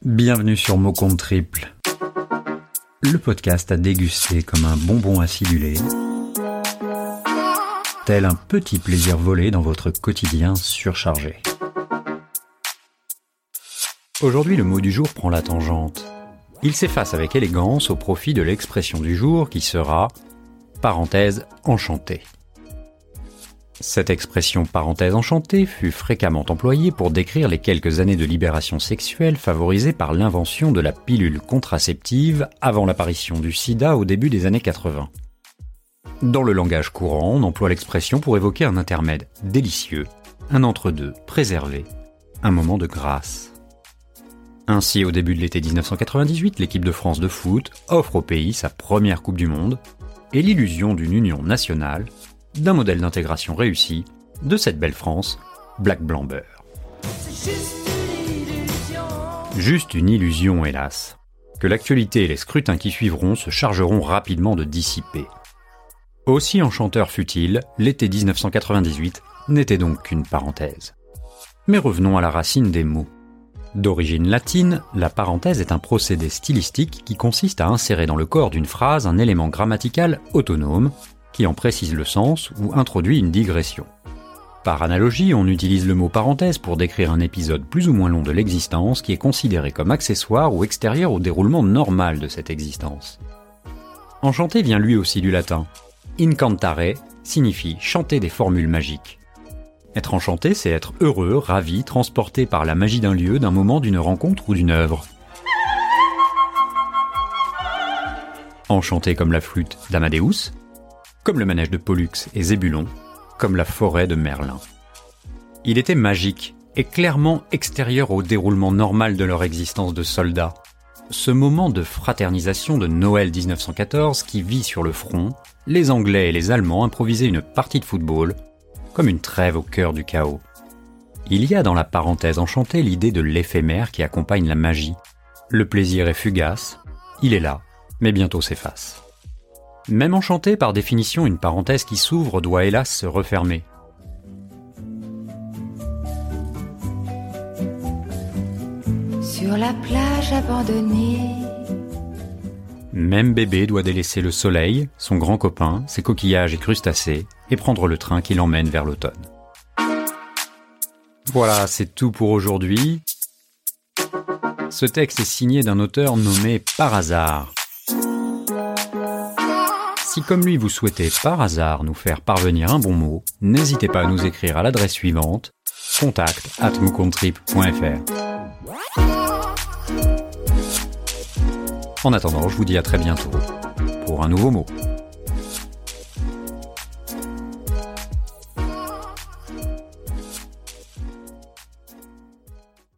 Bienvenue sur Mots Compte Triple, le podcast à déguster comme un bonbon acidulé, tel un petit plaisir volé dans votre quotidien surchargé. Aujourd'hui, le mot du jour prend la tangente. Il s'efface avec élégance au profit de l'expression du jour qui sera « parenthèse enchantée ». Cette expression « parenthèse enchantée » fut fréquemment employée pour décrire les quelques années de libération sexuelle favorisées par l'invention de la pilule contraceptive avant l'apparition du sida au début des années 80. Dans le langage courant, on emploie l'expression pour évoquer un intermède délicieux, un entre-deux préservé, un moment de grâce. Ainsi, au début de l'été 1998, l'équipe de France de foot offre au pays sa première Coupe du Monde et l'illusion d'une union nationale, d'un modèle d'intégration réussi, de cette belle France, Black Blanc Beurre. Juste une illusion, hélas, que l'actualité et les scrutins qui suivront se chargeront rapidement de dissiper. Aussi enchanteur fut-il, l'été 1998 n'était donc qu'une parenthèse. Mais revenons à la racine des mots. D'origine latine, la parenthèse est un procédé stylistique qui consiste à insérer dans le corps d'une phrase un élément grammatical autonome, qui en précise le sens ou introduit une digression. Par analogie, on utilise le mot parenthèse pour décrire un épisode plus ou moins long de l'existence qui est considéré comme accessoire ou extérieur au déroulement normal de cette existence. Enchanté vient lui aussi du latin. Incantare signifie chanter des formules magiques. Être enchanté, c'est être heureux, ravi, transporté par la magie d'un lieu, d'un moment, d'une rencontre ou d'une œuvre. Enchanté comme la flûte d'Amadeus, comme le manège de Pollux et Zébulon, comme la forêt de Merlin. Il était magique et clairement extérieur au déroulement normal de leur existence de soldats. Ce moment de fraternisation de Noël 1914 qui vit sur le front, les Anglais et les Allemands improvisaient une partie de football, comme une trêve au cœur du chaos. Il y a dans la parenthèse enchantée l'idée de l'éphémère qui accompagne la magie. Le plaisir est fugace, il est là, mais bientôt s'efface. Même enchanté, par définition, une parenthèse qui s'ouvre doit hélas se refermer. Sur la plage abandonnée. Même bébé doit délaisser le soleil, son grand copain, ses coquillages et crustacés, et prendre le train qui l'emmène vers l'automne. Voilà, c'est tout pour aujourd'hui. Ce texte est signé d'un auteur nommé Par hasard. Si comme lui vous souhaitez par hasard nous faire parvenir un bon mot, n'hésitez pas à nous écrire à l'adresse suivante contact@mocomptetriple.fr. En attendant, je vous dis à très bientôt pour un nouveau mot.